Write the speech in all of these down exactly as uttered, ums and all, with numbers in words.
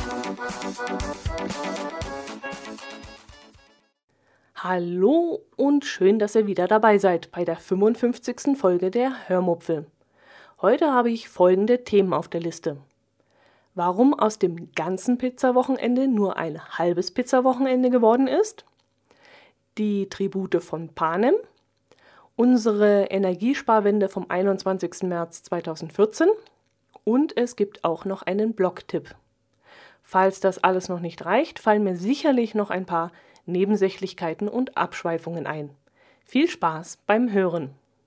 Hallo und schön, dass ihr wieder dabei seid bei der fünfundfünfzigsten Folge der Hörmupfel. Heute habe ich folgende Themen auf der Liste. Warum aus dem ganzen Pizzawochenende nur ein halbes Pizzawochenende geworden ist, die Tribute von Panem, unsere Energiesparwende vom einundzwanzigsten März zweitausendvierzehn und es gibt auch noch einen Blogtipp. Falls das alles noch nicht reicht, fallen mir sicherlich noch ein paar Nebensächlichkeiten und Abschweifungen ein. Viel Spaß beim Hören!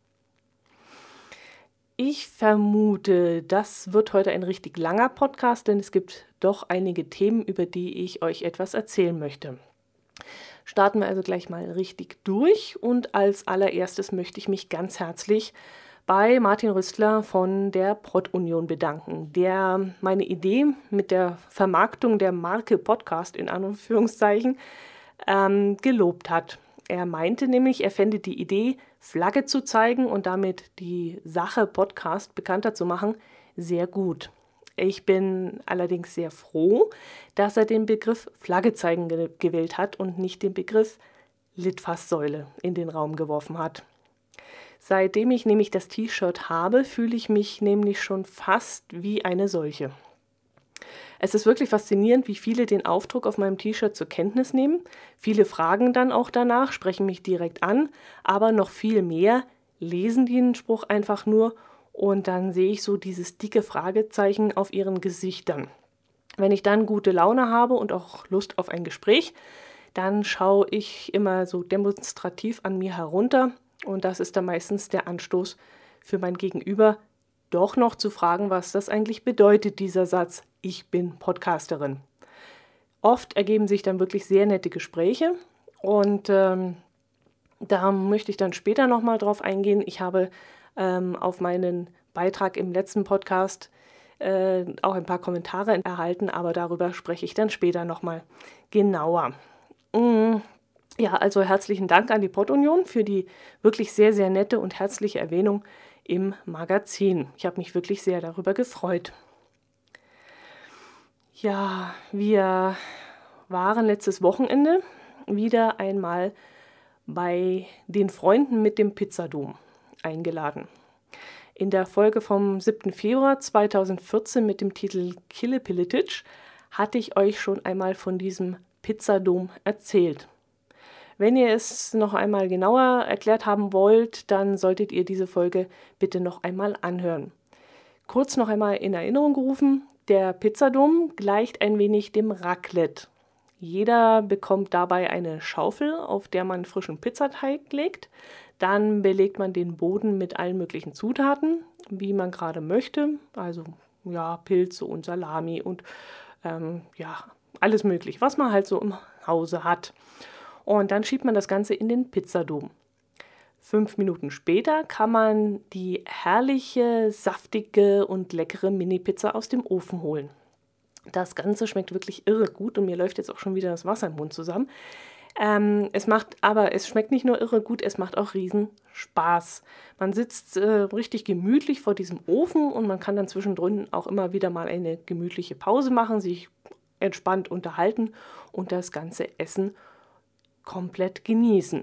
Ich vermute, das wird heute ein richtig langer Podcast, denn es gibt doch einige Themen, über die ich euch etwas erzählen möchte. Starten wir also gleich mal richtig durch und als allererstes möchte ich mich ganz herzlich bei Martin Rüstler von der Pod-Union bedanken, der meine Idee mit der Vermarktung der Marke Podcast in Anführungszeichen ähm, gelobt hat. Er meinte nämlich, er fände die Idee, Flagge zu zeigen und damit die Sache Podcast bekannter zu machen, sehr gut. Ich bin allerdings sehr froh, dass er den Begriff Flagge zeigen ge- gewählt hat und nicht den Begriff Litfaßsäule in den Raum geworfen hat. Seitdem ich nämlich das T-Shirt habe, fühle ich mich nämlich schon fast wie eine solche. Es ist wirklich faszinierend, wie viele den Aufdruck auf meinem T-Shirt zur Kenntnis nehmen. Viele fragen dann auch danach, sprechen mich direkt an, aber noch viel mehr lesen den Spruch einfach nur und dann sehe ich so dieses dicke Fragezeichen auf ihren Gesichtern. Wenn ich dann gute Laune habe und auch Lust auf ein Gespräch, dann schaue ich immer so demonstrativ an mir herunter. Und das ist dann meistens der Anstoß für mein Gegenüber, doch noch zu fragen, was das eigentlich bedeutet, dieser Satz, ich bin Podcasterin. Oft ergeben sich dann wirklich sehr nette Gespräche und ähm, da möchte ich dann später nochmal drauf eingehen. Ich habe ähm, auf meinen Beitrag im letzten Podcast äh, auch ein paar Kommentare erhalten, aber darüber spreche ich dann später nochmal genauer. Mm. Ja, also herzlichen Dank an die Pod-Union für die wirklich sehr, sehr nette und herzliche Erwähnung im Magazin. Ich habe mich wirklich sehr darüber gefreut. Ja, wir waren letztes Wochenende wieder einmal bei den Freunden mit dem Pizzadom eingeladen. In der Folge vom siebten Februar zweitausendvierzehn mit dem Titel Kille-Pille-Titsch hatte ich euch schon einmal von diesem Pizzadom erzählt. Wenn ihr es noch einmal genauer erklärt haben wollt, dann solltet ihr diese Folge bitte noch einmal anhören. Kurz noch einmal in Erinnerung gerufen, der Pizzadom gleicht ein wenig dem Raclette. Jeder bekommt dabei eine Schaufel, auf der man frischen Pizzateig legt. Dann belegt man den Boden mit allen möglichen Zutaten, wie man gerade möchte. Also ja, Pilze und Salami und ähm, ja, alles möglich, was man halt so im Hause hat. Und dann schiebt man das Ganze in den Pizzadom. Fünf Minuten später kann man die herrliche, saftige und leckere Mini-Pizza aus dem Ofen holen. Das Ganze schmeckt wirklich irre gut und mir läuft jetzt auch schon wieder das Wasser im Mund zusammen. Ähm, es macht, aber es schmeckt nicht nur irre gut, es macht auch riesen Spaß. Man sitzt äh, richtig gemütlich vor diesem Ofen und man kann dann zwischendrin auch immer wieder mal eine gemütliche Pause machen, sich entspannt unterhalten und das ganze Essen komplett genießen.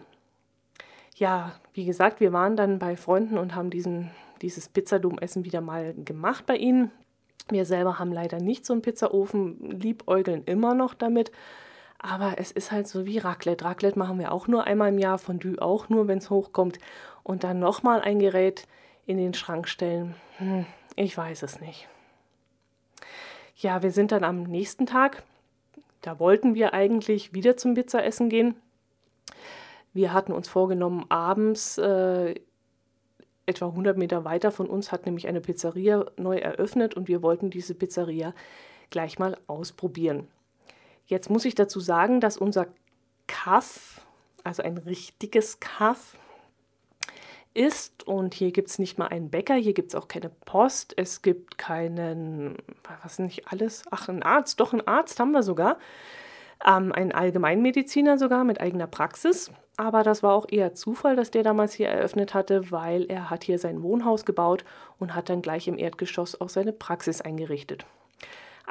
Ja, wie gesagt, wir waren dann bei Freunden und haben diesen, dieses Pizzadom-Essen wieder mal gemacht bei ihnen. Wir selber haben leider nicht so einen Pizzaofen, liebäugeln immer noch damit. Aber es ist halt so wie Raclette. Raclette machen wir auch nur einmal im Jahr, Fondue auch nur, wenn es hochkommt. Und dann nochmal ein Gerät in den Schrank stellen. Hm, ich weiß es nicht. Ja, wir sind dann am nächsten Tag, da wollten wir eigentlich wieder zum Pizzaessen gehen. Wir hatten uns vorgenommen, abends, äh, etwa hundert Meter weiter von uns, hat nämlich eine Pizzeria neu eröffnet und wir wollten diese Pizzeria gleich mal ausprobieren. Jetzt muss ich dazu sagen, dass unser Kaff, also ein richtiges Kaff, ist und hier gibt es nicht mal einen Bäcker, hier gibt es auch keine Post, es gibt keinen, was nicht alles, ach, einen Arzt, doch einen Arzt haben wir sogar, ähm, einen Allgemeinmediziner sogar mit eigener Praxis. Aber das war auch eher Zufall, dass der damals hier eröffnet hatte, weil er hat hier sein Wohnhaus gebaut und hat dann gleich im Erdgeschoss auch seine Praxis eingerichtet.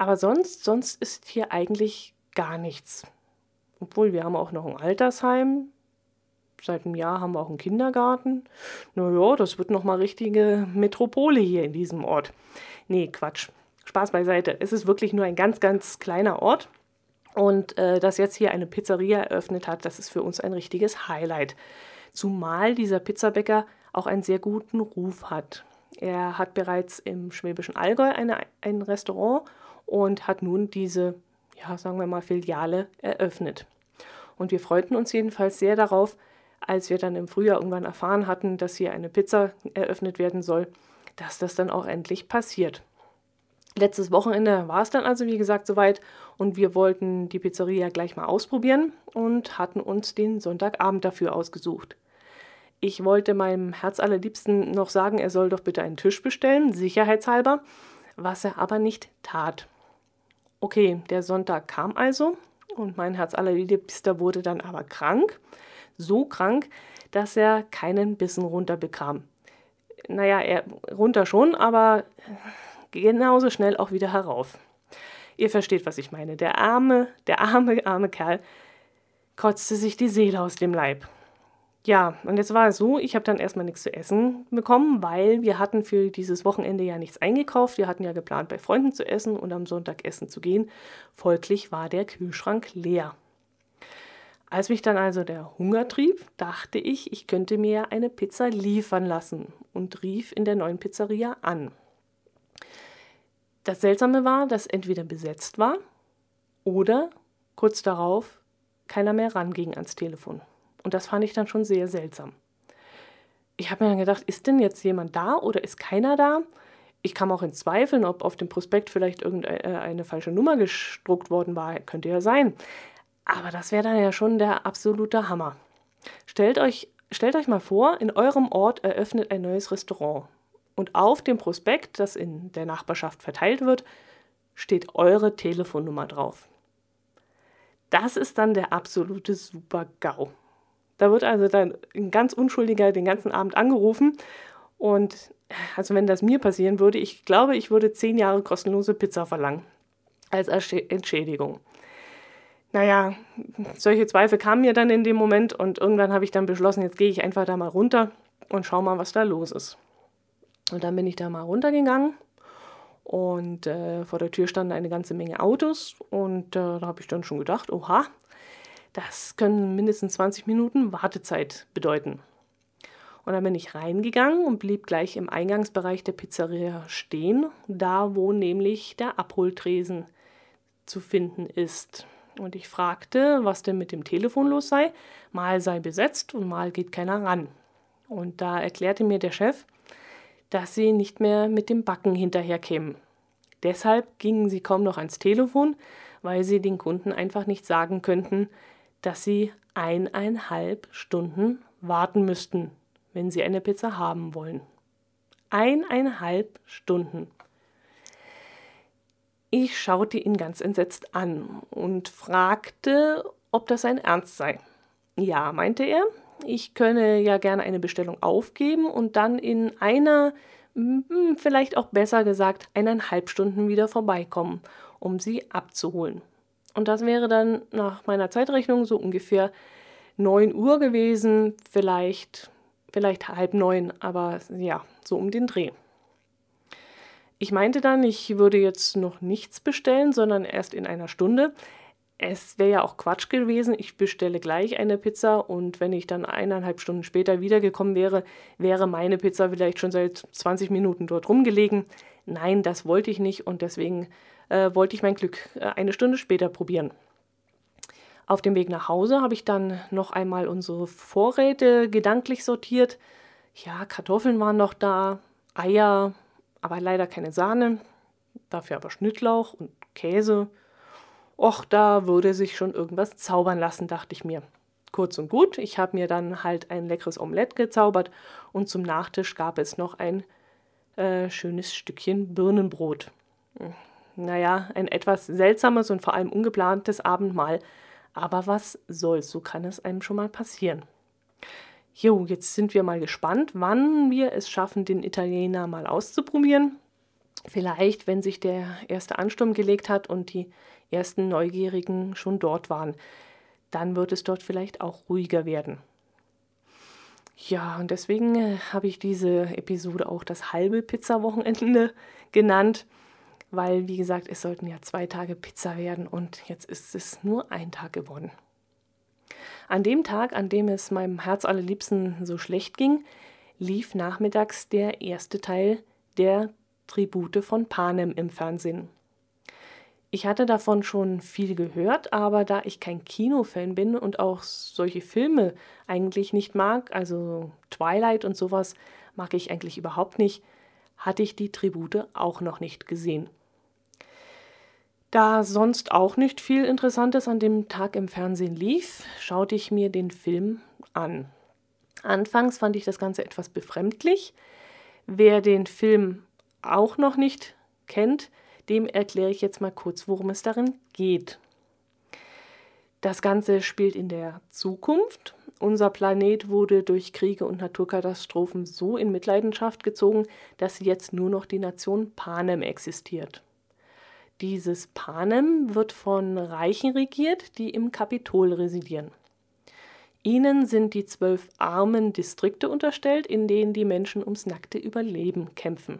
Aber sonst, sonst ist hier eigentlich gar nichts. Obwohl, wir haben auch noch ein Altersheim. Seit einem Jahr haben wir auch einen Kindergarten. Naja, das wird nochmal richtige Metropole hier in diesem Ort. Nee, Quatsch. Spaß beiseite. Es ist wirklich nur ein ganz, ganz kleiner Ort. Und äh, dass jetzt hier eine Pizzeria eröffnet hat, das ist für uns ein richtiges Highlight. Zumal dieser Pizzabäcker auch einen sehr guten Ruf hat. Er hat bereits im Schwäbischen Allgäu eine, ein Restaurant und hat nun diese, ja, sagen wir mal, Filiale eröffnet. Und wir freuten uns jedenfalls sehr darauf, als wir dann im Frühjahr irgendwann erfahren hatten, dass hier eine Pizza eröffnet werden soll, dass das dann auch endlich passiert. Letztes Wochenende war es dann also, wie gesagt, soweit und wir wollten die Pizzeria gleich mal ausprobieren und hatten uns den Sonntagabend dafür ausgesucht. Ich wollte meinem Herzallerliebsten noch sagen, er soll doch bitte einen Tisch bestellen, sicherheitshalber, was er aber nicht tat. Okay, der Sonntag kam also und mein Herzallerliebster wurde dann aber krank, so krank, dass er keinen Bissen runterbekam. Naja, er runter schon, aber genauso schnell auch wieder herauf. Ihr versteht, was ich meine. Der arme, der arme, arme Kerl kotzte sich die Seele aus dem Leib. Ja, und jetzt war es so, ich habe dann erstmal nichts zu essen bekommen, weil wir hatten für dieses Wochenende ja nichts eingekauft. Wir hatten ja geplant, bei Freunden zu essen und am Sonntag essen zu gehen. Folglich war der Kühlschrank leer. Als mich dann also der Hunger trieb, dachte ich, ich könnte mir eine Pizza liefern lassen und rief in der neuen Pizzeria an. Das Seltsame war, dass entweder besetzt war oder kurz darauf keiner mehr ranging ans Telefon. Und das fand ich dann schon sehr seltsam. Ich habe mir dann gedacht, ist denn jetzt jemand da oder ist keiner da? Ich kam auch in Zweifeln, ob auf dem Prospekt vielleicht irgendeine falsche Nummer gedruckt worden war. Könnte ja sein. Aber das wäre dann ja schon der absolute Hammer. Stellt euch, stellt euch mal vor, in eurem Ort eröffnet ein neues Restaurant. Und auf dem Prospekt, das in der Nachbarschaft verteilt wird, steht eure Telefonnummer drauf. Das ist dann der absolute Super-GAU. Da wird also dann ein ganz Unschuldiger den ganzen Abend angerufen. Und also wenn das mir passieren würde, ich glaube, ich würde zehn Jahre kostenlose Pizza verlangen. Als Entschädigung. Naja, solche Zweifel kamen mir dann in dem Moment und irgendwann habe ich dann beschlossen, jetzt gehe ich einfach da mal runter und schau mal, was da los ist. Und dann bin ich da mal runtergegangen und äh, vor der Tür standen eine ganze Menge Autos und äh, da habe ich dann schon gedacht, oha, das können mindestens zwanzig Minuten Wartezeit bedeuten. Und dann bin ich reingegangen und blieb gleich im Eingangsbereich der Pizzeria stehen, da wo nämlich der Abholtresen zu finden ist. Und ich fragte, was denn mit dem Telefon los sei. Mal sei besetzt und mal geht keiner ran. Und da erklärte mir der Chef, dass sie nicht mehr mit dem Backen hinterherkämen. Deshalb gingen sie kaum noch ans Telefon, weil sie den Kunden einfach nicht sagen könnten, dass sie eineinhalb Stunden warten müssten, wenn sie eine Pizza haben wollen. Eineinhalb Stunden. Ich schaute ihn ganz entsetzt an und fragte, ob das sein Ernst sei. Ja, meinte er, ich könne ja gerne eine Bestellung aufgeben und dann in einer, vielleicht auch besser gesagt, eineinhalb Stunden wieder vorbeikommen, um sie abzuholen. Und das wäre dann nach meiner Zeitrechnung so ungefähr neun Uhr gewesen, vielleicht, vielleicht halb neun, aber ja, so um den Dreh. Ich meinte dann, ich würde jetzt noch nichts bestellen, sondern erst in einer Stunde. Es wäre ja auch Quatsch gewesen, ich bestelle gleich eine Pizza und wenn ich dann eineinhalb Stunden später wiedergekommen wäre, wäre meine Pizza vielleicht schon seit zwanzig Minuten dort rumgelegen. Nein, das wollte ich nicht und deswegen äh, wollte ich mein Glück äh, eine Stunde später probieren. Auf dem Weg nach Hause habe ich dann noch einmal unsere Vorräte gedanklich sortiert. Ja, Kartoffeln waren noch da, Eier, aber leider keine Sahne, dafür aber Schnittlauch und Käse. Och, da würde sich schon irgendwas zaubern lassen, dachte ich mir. Kurz und gut, ich habe mir dann halt ein leckeres Omelett gezaubert und zum Nachtisch gab es noch ein äh, schönes Stückchen Birnenbrot. Naja, ein etwas seltsames und vor allem ungeplantes Abendmahl, aber was soll's, so kann es einem schon mal passieren. Jo, jetzt sind wir mal gespannt, wann wir es schaffen, den Italiener mal auszuprobieren. Vielleicht, wenn sich der erste Ansturm gelegt hat und die ersten Neugierigen schon dort waren, dann wird es dort vielleicht auch ruhiger werden. Ja, und deswegen äh, habe ich diese Episode auch das halbe Pizza-Wochenende genannt, weil, wie gesagt, es sollten ja zwei Tage Pizza werden und jetzt ist es nur ein Tag geworden. An dem Tag, an dem es meinem Herz allerliebsten so schlecht ging, lief nachmittags der erste Teil der Tribute von Panem im Fernsehen. Ich hatte davon schon viel gehört, aber da ich kein Kinofan bin und auch solche Filme eigentlich nicht mag, also Twilight und sowas mag ich eigentlich überhaupt nicht, hatte ich die Tribute auch noch nicht gesehen. Da sonst auch nicht viel Interessantes an dem Tag im Fernsehen lief, schaute ich mir den Film an. Anfangs fand ich das Ganze etwas befremdlich. Wer den Film auch noch nicht kennt, dem erkläre ich jetzt mal kurz, worum es darin geht. Das Ganze spielt in der Zukunft. Unser Planet wurde durch Kriege und Naturkatastrophen so in Mitleidenschaft gezogen, dass jetzt nur noch die Nation Panem existiert. Dieses Panem wird von Reichen regiert, die im Kapitol residieren. Ihnen sind die zwölf armen Distrikte unterstellt, in denen die Menschen ums nackte Überleben kämpfen.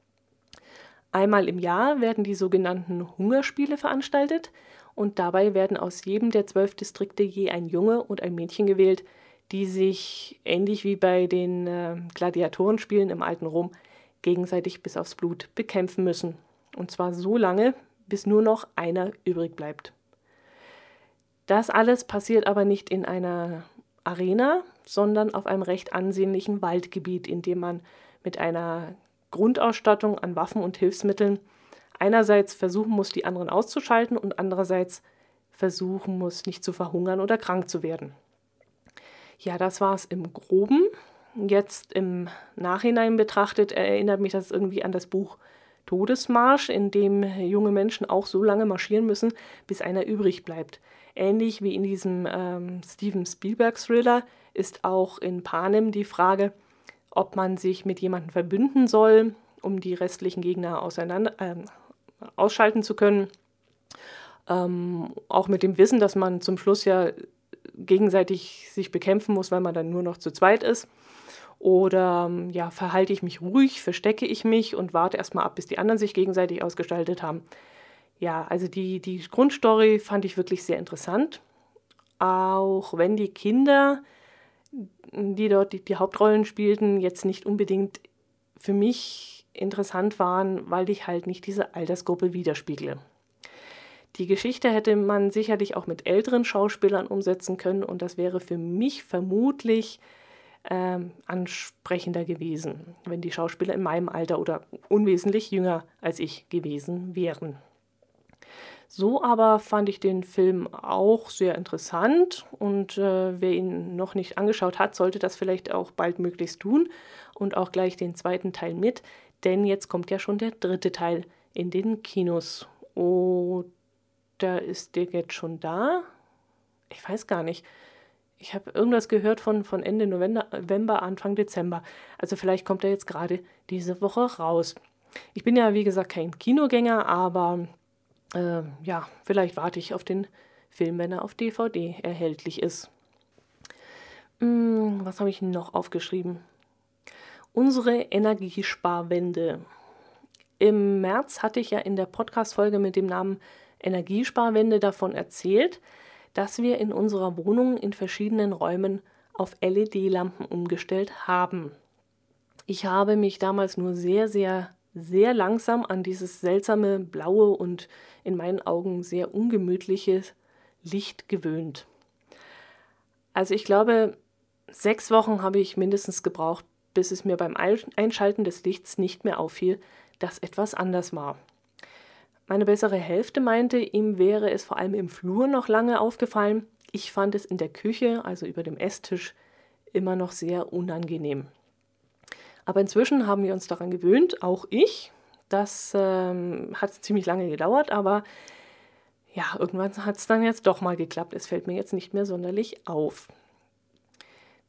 Einmal im Jahr werden die sogenannten Hungerspiele veranstaltet und dabei werden aus jedem der zwölf Distrikte je ein Junge und ein Mädchen gewählt, die sich, ähnlich wie bei den äh, Gladiatorenspielen im alten Rom, gegenseitig bis aufs Blut bekämpfen müssen. Und zwar so lange, bis nur noch einer übrig bleibt. Das alles passiert aber nicht in einer Arena, sondern auf einem recht ansehnlichen Waldgebiet, in dem man mit einer Grundausstattung an Waffen und Hilfsmitteln einerseits versuchen muss, die anderen auszuschalten und andererseits versuchen muss, nicht zu verhungern oder krank zu werden. Ja, das war es im Groben. Jetzt im Nachhinein betrachtet erinnert mich das irgendwie an das Buch Todesmarsch, in dem junge Menschen auch so lange marschieren müssen, bis einer übrig bleibt. Ähnlich wie in diesem ähm, Steven Spielberg-Thriller ist auch in Panem die Frage, ob man sich mit jemandem verbünden soll, um die restlichen Gegner auseinander, äh, ausschalten zu können. Ähm, auch mit dem Wissen, dass man zum Schluss ja gegenseitig sich bekämpfen muss, weil man dann nur noch zu zweit ist. Oder ja, verhalte ich mich ruhig, verstecke ich mich und warte erstmal ab, bis die anderen sich gegenseitig ausgestaltet haben. Ja, also die, die Grundstory fand ich wirklich sehr interessant. Auch wenn die Kinder, die dort die, die Hauptrollen spielten, jetzt nicht unbedingt für mich interessant waren, weil ich halt nicht diese Altersgruppe widerspiegle. Die Geschichte hätte man sicherlich auch mit älteren Schauspielern umsetzen können und das wäre für mich vermutlich ähm, ansprechender gewesen, wenn die Schauspieler in meinem Alter oder unwesentlich jünger als ich gewesen wären. So aber fand ich den Film auch sehr interessant und äh, wer ihn noch nicht angeschaut hat, sollte das vielleicht auch bald möglichst tun und auch gleich den zweiten Teil mit, denn jetzt kommt ja schon der dritte Teil in den Kinos. Oder ist der jetzt schon da? Ich weiß gar nicht. Ich habe irgendwas gehört von, von Ende November, November, Anfang Dezember. Also vielleicht kommt er jetzt gerade diese Woche raus. Ich bin ja, wie gesagt, kein Kinogänger, aber Äh, ja, vielleicht warte ich auf den Film, wenn er auf D V D erhältlich ist. Hm, was habe ich noch aufgeschrieben? Unsere Energiesparwende. Im März hatte ich ja in der Podcast-Folge mit dem Namen Energiesparwende davon erzählt, dass wir in unserer Wohnung in verschiedenen Räumen auf L E D-Lampen umgestellt haben. Ich habe mich damals nur sehr, sehr sehr langsam an dieses seltsame, blaue und in meinen Augen sehr ungemütliche Licht gewöhnt. Also ich glaube, sechs Wochen habe ich mindestens gebraucht, bis es mir beim Einschalten des Lichts nicht mehr auffiel, dass etwas anders war. Meine bessere Hälfte meinte, ihm wäre es vor allem im Flur noch lange aufgefallen. Ich fand es in der Küche, also über dem Esstisch, immer noch sehr unangenehm. Aber inzwischen haben wir uns daran gewöhnt, auch ich. Das ähm, hat ziemlich lange gedauert, aber ja, irgendwann hat es dann jetzt doch mal geklappt. Es fällt mir jetzt nicht mehr sonderlich auf.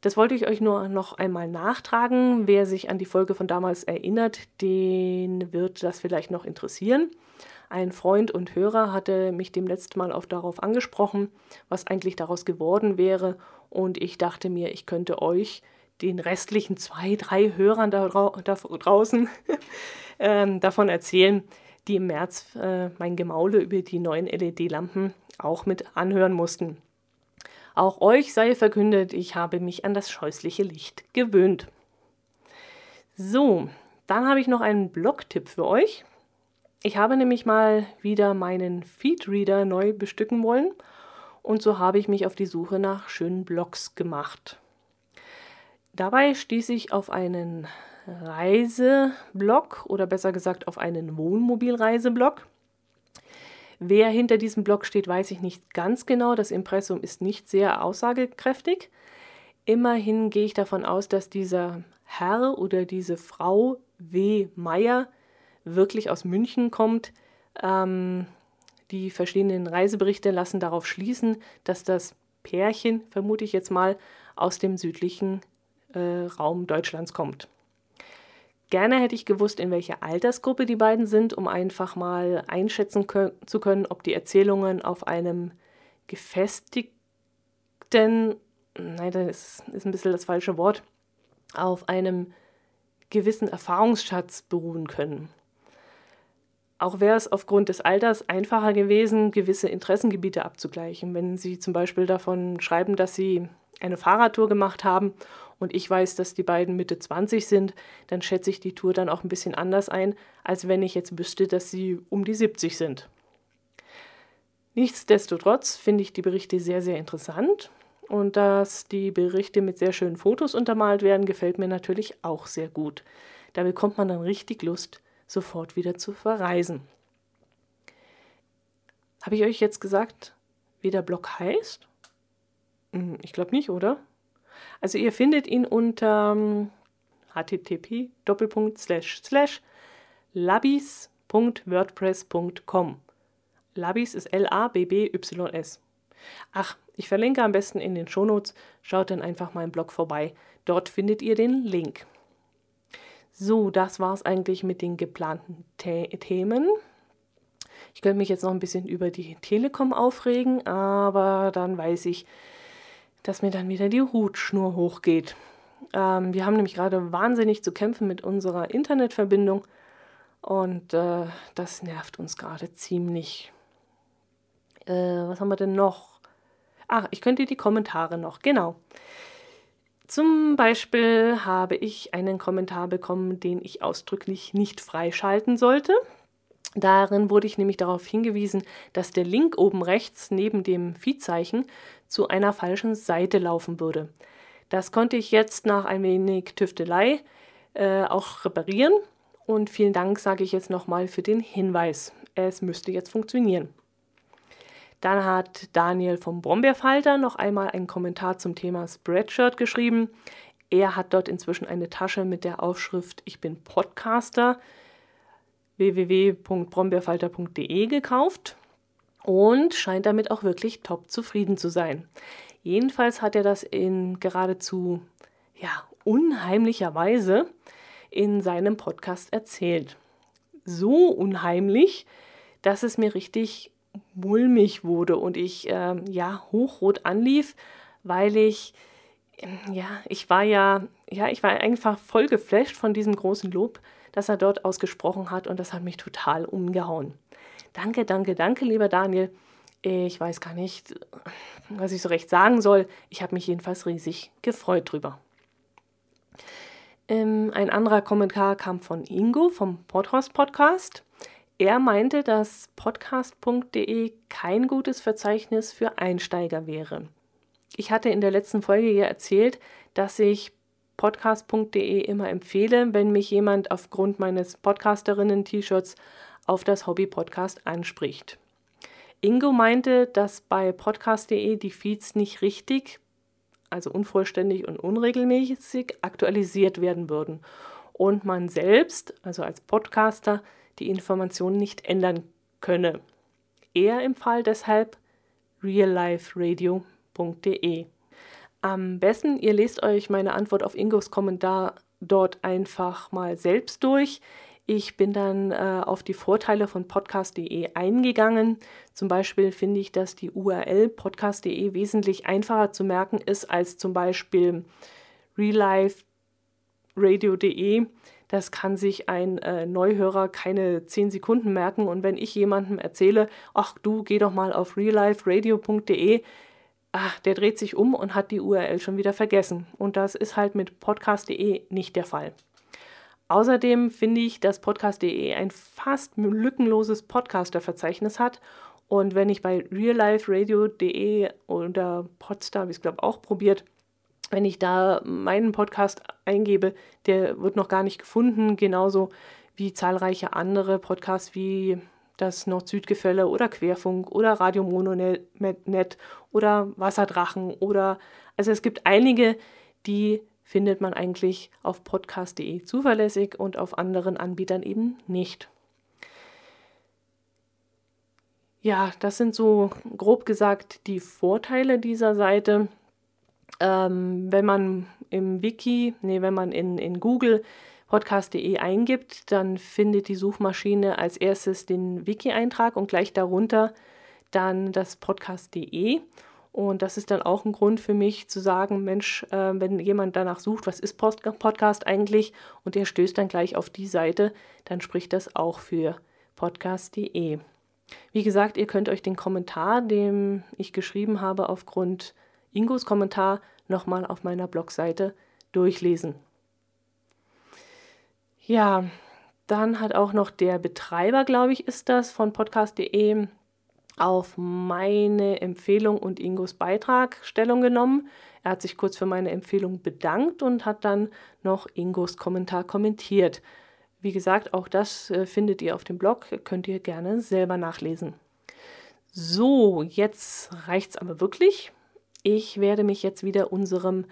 Das wollte ich euch nur noch einmal nachtragen. Wer sich an die Folge von damals erinnert, den wird das vielleicht noch interessieren. Ein Freund und Hörer hatte mich dem letzten Mal auch darauf angesprochen, was eigentlich daraus geworden wäre. Und ich dachte mir, ich könnte euch, den restlichen zwei, drei Hörern da, da draußen, äh, davon erzählen, die im März äh, mein Gemaule über die neuen L E D-Lampen auch mit anhören mussten. Auch euch sei verkündet, ich habe mich an das scheußliche Licht gewöhnt. So, dann habe ich noch einen Blog-Tipp für euch. Ich habe nämlich mal wieder meinen Feedreader neu bestücken wollen und so habe ich mich auf die Suche nach schönen Blogs gemacht. Dabei stieß ich auf einen Reiseblog oder besser gesagt auf einen Wohnmobilreiseblog. Wer hinter diesem Blog steht, weiß ich nicht ganz genau. Das Impressum ist nicht sehr aussagekräftig. Immerhin gehe ich davon aus, dass dieser Herr oder diese Frau W. Meier wirklich aus München kommt. Ähm, die verschiedenen Reiseberichte lassen darauf schließen, dass das Pärchen, vermute ich jetzt mal, aus dem südlichen äh, Raum Deutschlands kommt. Gerne hätte ich gewusst, in welcher Altersgruppe die beiden sind, um einfach mal einschätzen können, zu können, ob die Erzählungen auf einem gefestigten, nein, das ist ein bisschen das falsche Wort, auf einem gewissen Erfahrungsschatz beruhen können. Auch wäre es aufgrund des Alters einfacher gewesen, gewisse Interessengebiete abzugleichen. Wenn Sie zum Beispiel davon schreiben, dass Sie eine Fahrradtour gemacht haben und ich weiß, dass die beiden Mitte zwanzig sind, dann schätze ich die Tour dann auch ein bisschen anders ein, als wenn ich jetzt wüsste, dass sie um die siebzig sind. Nichtsdestotrotz finde ich die Berichte sehr, sehr interessant und dass die Berichte mit sehr schönen Fotos untermalt werden, gefällt mir natürlich auch sehr gut. Da bekommt man dann richtig Lust, sofort wieder zu verreisen. Habe ich euch jetzt gesagt, wie der Blog heißt? Ich glaube nicht, oder? Also ihr findet ihn unter h t t p doppelpunkt slash slash labis punkt wordpress punkt com. Labis ist L A B B Y S. Ach, ich verlinke am besten in den Shownotes. Schaut dann einfach mal im Blog vorbei. Dort findet ihr den Link. So, das war es eigentlich mit den geplanten The- Themen. Ich könnte mich jetzt noch ein bisschen über die Telekom aufregen, aber dann weiß ich, dass mir dann wieder die Hutschnur hochgeht. Ähm, wir haben nämlich gerade wahnsinnig zu kämpfen mit unserer Internetverbindung und äh, das nervt uns gerade ziemlich. Äh, was haben wir denn noch? Ach, ich könnte die Kommentare noch, genau. Zum Beispiel habe ich einen Kommentar bekommen, den ich ausdrücklich nicht freischalten sollte. Darin wurde ich nämlich darauf hingewiesen, dass der Link oben rechts neben dem Feedzeichen zu einer falschen Seite laufen würde. Das konnte ich jetzt nach ein wenig Tüftelei äh, auch reparieren und vielen Dank sage ich jetzt nochmal für den Hinweis. Es müsste jetzt funktionieren. Dann hat Daniel vom Brombeerfalter noch einmal einen Kommentar zum Thema Spreadshirt geschrieben. Er hat dort inzwischen eine Tasche mit der Aufschrift Ich bin Podcaster w w w punkt brombeerfalter punkt d e gekauft und scheint damit auch wirklich top zufrieden zu sein. Jedenfalls hat er das in geradezu ja, unheimlicher Weise in seinem Podcast erzählt. So unheimlich, dass es mir richtig mulmig wurde und ich äh, ja hochrot anlief, weil ich ja, ich war ja, ja, ich war einfach voll geflasht von diesem großen Lob, das er dort ausgesprochen hat und das hat mich total umgehauen. Danke, danke, danke, lieber Daniel. Ich weiß gar nicht, was ich so recht sagen soll. Ich habe mich jedenfalls riesig gefreut drüber. Ähm, ein anderer Kommentar kam von Ingo vom Podcast Podcast. Er meinte, dass podcast punkt d e kein gutes Verzeichnis für Einsteiger wäre. Ich hatte in der letzten Folge ja erzählt, dass ich podcast punkt d e immer empfehle, wenn mich jemand aufgrund meines Podcasterinnen-T-Shirts auf das Hobby-Podcast anspricht. Ingo meinte, dass bei podcast punkt d e die Feeds nicht richtig, also unvollständig und unregelmäßig aktualisiert werden würden und man selbst, also als Podcaster, die Informationen nicht ändern könne. Er empfahl deshalb real life radio punkt d e. Am besten, ihr lest euch meine Antwort auf Ingos Kommentar dort einfach mal selbst durch. Ich bin dann äh, auf die Vorteile von podcast punkt de eingegangen. Zum Beispiel finde ich, dass die U R L podcast punkt de wesentlich einfacher zu merken ist als zum Beispiel reallife radio punkt de. Das kann sich ein äh, Neuhörer keine zehn Sekunden merken. Und wenn ich jemandem erzähle, ach du, geh doch mal auf reallife radio punkt de, ach, der dreht sich um und hat die U R L schon wieder vergessen. Und das ist halt mit podcast punkt de nicht der Fall. Außerdem finde ich, dass podcast punkt de ein fast lückenloses Podcaster-Verzeichnis hat. Und wenn ich bei reallife radio punkt de oder Podstar, habe ich es glaube auch probiert, wenn ich da meinen Podcast eingebe, der wird noch gar nicht gefunden, genauso wie zahlreiche andere Podcasts wie das Nord-Süd-Gefälle oder Querfunk oder Radio Mononet oder Wasserdrachen oder, also es gibt einige, die findet man eigentlich auf podcast punkt de zuverlässig und auf anderen Anbietern eben nicht. Ja, das sind so grob gesagt die Vorteile dieser Seite. Ähm, wenn man im Wiki, nee, wenn man in, in Google podcast punkt de eingibt, dann findet die Suchmaschine als erstes den Wiki-Eintrag und gleich darunter dann das podcast punkt de. Und das ist dann auch ein Grund für mich zu sagen, Mensch, äh, wenn jemand danach sucht, was ist Post- Podcast eigentlich, und der stößt dann gleich auf die Seite, dann spricht das auch für podcast punkt de. Wie gesagt, ihr könnt euch den Kommentar, den ich geschrieben habe, aufgrund Ingos Kommentar nochmal auf meiner Blogseite durchlesen. Ja, dann hat auch noch der Betreiber, glaube ich, ist das, von podcast punkt de auf meine Empfehlung und Ingos Beitrag Stellung genommen. Er hat sich kurz für meine Empfehlung bedankt und hat dann noch Ingos Kommentar kommentiert. Wie gesagt, auch das äh, findet ihr auf dem Blog, könnt ihr gerne selber nachlesen. So, jetzt reicht's aber wirklich. Ich werde mich jetzt wieder unserem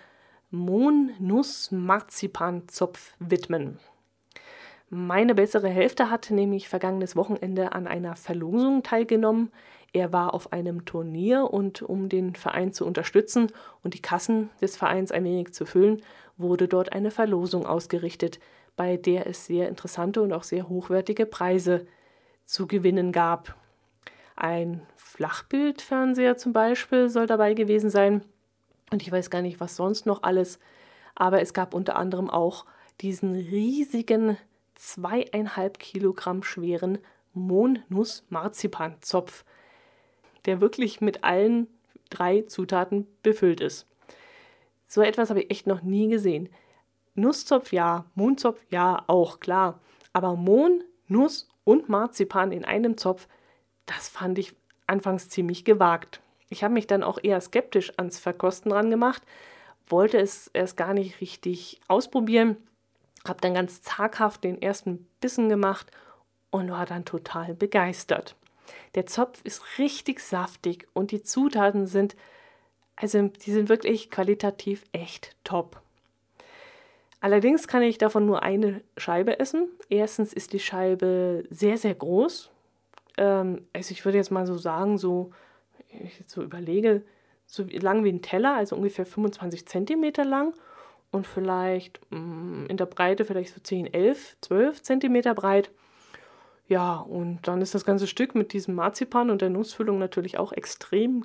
Mohn-Nuss-Marzipan-Zopf widmen. Meine bessere Hälfte hat nämlich vergangenes Wochenende an einer Verlosung teilgenommen. Er war auf einem Turnier und um den Verein zu unterstützen und die Kassen des Vereins ein wenig zu füllen, wurde dort eine Verlosung ausgerichtet, bei der es sehr interessante und auch sehr hochwertige Preise zu gewinnen gab. Ein Flachbildfernseher zum Beispiel soll dabei gewesen sein und ich weiß gar nicht, was sonst noch alles, aber es gab unter anderem auch diesen riesigen zweieinhalb Kilogramm schweren Mohn-Nuss-Marzipan-Zopf, der wirklich mit allen drei Zutaten befüllt ist. So etwas habe ich echt noch nie gesehen. Nusszopf ja, Mohnzopf ja, auch klar. Aber Mohn, Nuss und Marzipan in einem Zopf, das fand ich anfangs ziemlich gewagt. Ich habe mich dann auch eher skeptisch ans Verkosten dran gemacht, wollte es erst gar nicht richtig ausprobieren, habe dann ganz zaghaft den ersten Bissen gemacht und war dann total begeistert. Der Zopf ist richtig saftig und die Zutaten sind, also die sind wirklich qualitativ echt top. Allerdings kann ich davon nur eine Scheibe essen. Erstens ist die Scheibe sehr, sehr groß. Ähm, also ich würde jetzt mal so sagen, so, ich jetzt so überlege, so lang wie ein Teller, also ungefähr fünfundzwanzig Zentimeter lang und vielleicht mh, in der Breite vielleicht so zehn, elf, zwölf Zentimeter breit. Ja, und dann ist das ganze Stück mit diesem Marzipan und der Nussfüllung natürlich auch extrem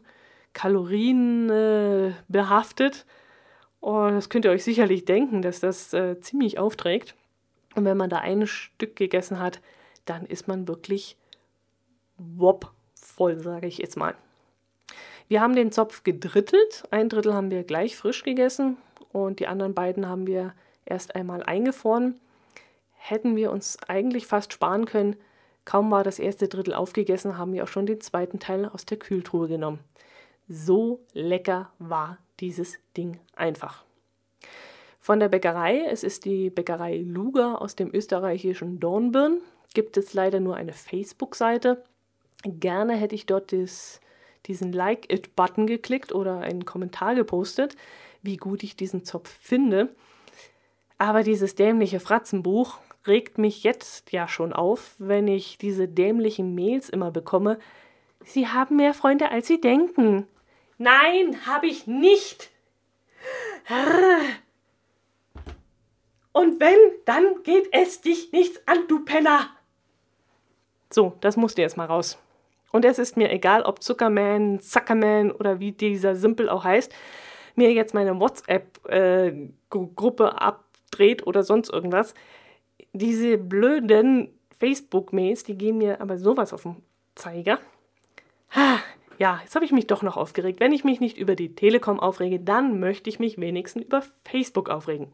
kalorienbehaftet. Äh, Und das könnt ihr euch sicherlich denken, dass das äh, ziemlich aufträgt. Und wenn man da ein Stück gegessen hat, dann ist man wirklich wopp voll, sage ich jetzt mal. Wir haben den Zopf gedrittelt. Ein Drittel haben wir gleich frisch gegessen und die anderen beiden haben wir erst einmal eingefroren. Hätten wir uns eigentlich fast sparen können. Kaum war das erste Drittel aufgegessen, haben wir auch schon den zweiten Teil aus der Kühltruhe genommen. So lecker war dieses Ding einfach. Von der Bäckerei, es ist die Bäckerei Luger aus dem österreichischen Dornbirn, gibt es leider nur eine Facebook-Seite. Gerne hätte ich dort das, diesen Like-It-Button geklickt oder einen Kommentar gepostet, wie gut ich diesen Zopf finde. Aber dieses dämliche Fratzenbuch regt mich jetzt ja schon auf, wenn ich diese dämlichen Mails immer bekomme. Sie haben mehr Freunde, als Sie denken. Nein, habe ich nicht. Und wenn, dann geht es dich nichts an, du Penner. So, das musste jetzt mal raus. Und es ist mir egal, ob Zuckerman, Zuckerman oder wie dieser Simpel auch heißt, mir jetzt meine WhatsApp-Gruppe äh, abdreht oder sonst irgendwas. Diese blöden Facebook-Mails, die gehen mir aber sowas auf den Zeiger. Ja, jetzt habe ich mich doch noch aufgeregt. Wenn ich mich nicht über die Telekom aufrege, dann möchte ich mich wenigstens über Facebook aufregen.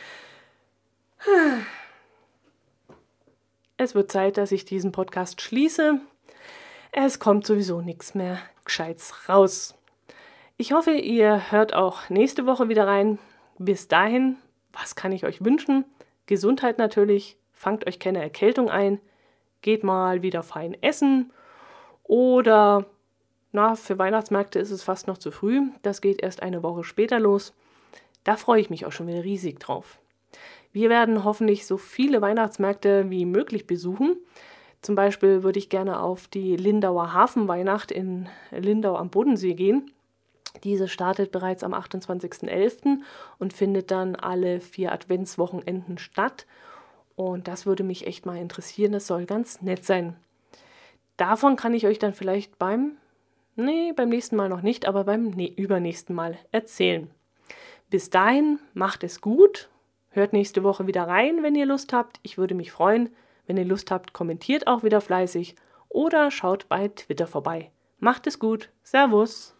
Es wird Zeit, dass ich diesen Podcast schließe. Es kommt sowieso nichts mehr Gescheites raus. Ich hoffe, ihr hört auch nächste Woche wieder rein. Bis dahin, was kann ich euch wünschen? Gesundheit natürlich, fangt euch keine Erkältung ein, geht mal wieder fein essen oder, na, für Weihnachtsmärkte ist es fast noch zu früh, das geht erst eine Woche später los. Da freue ich mich auch schon wieder riesig drauf. Wir werden hoffentlich so viele Weihnachtsmärkte wie möglich besuchen. Zum Beispiel würde ich gerne auf die Lindauer Hafenweihnacht in Lindau am Bodensee gehen. Diese startet bereits am achtundzwanzigsten elften und findet dann alle vier Adventswochenenden statt. Und das würde mich echt mal interessieren, das soll ganz nett sein. Davon kann ich euch dann vielleicht beim, nee, beim nächsten Mal noch nicht, aber beim nee, übernächsten Mal erzählen. Bis dahin, macht es gut, hört nächste Woche wieder rein, wenn ihr Lust habt. Ich würde mich freuen. Wenn ihr Lust habt, kommentiert auch wieder fleißig oder schaut bei Twitter vorbei. Macht es gut. Servus.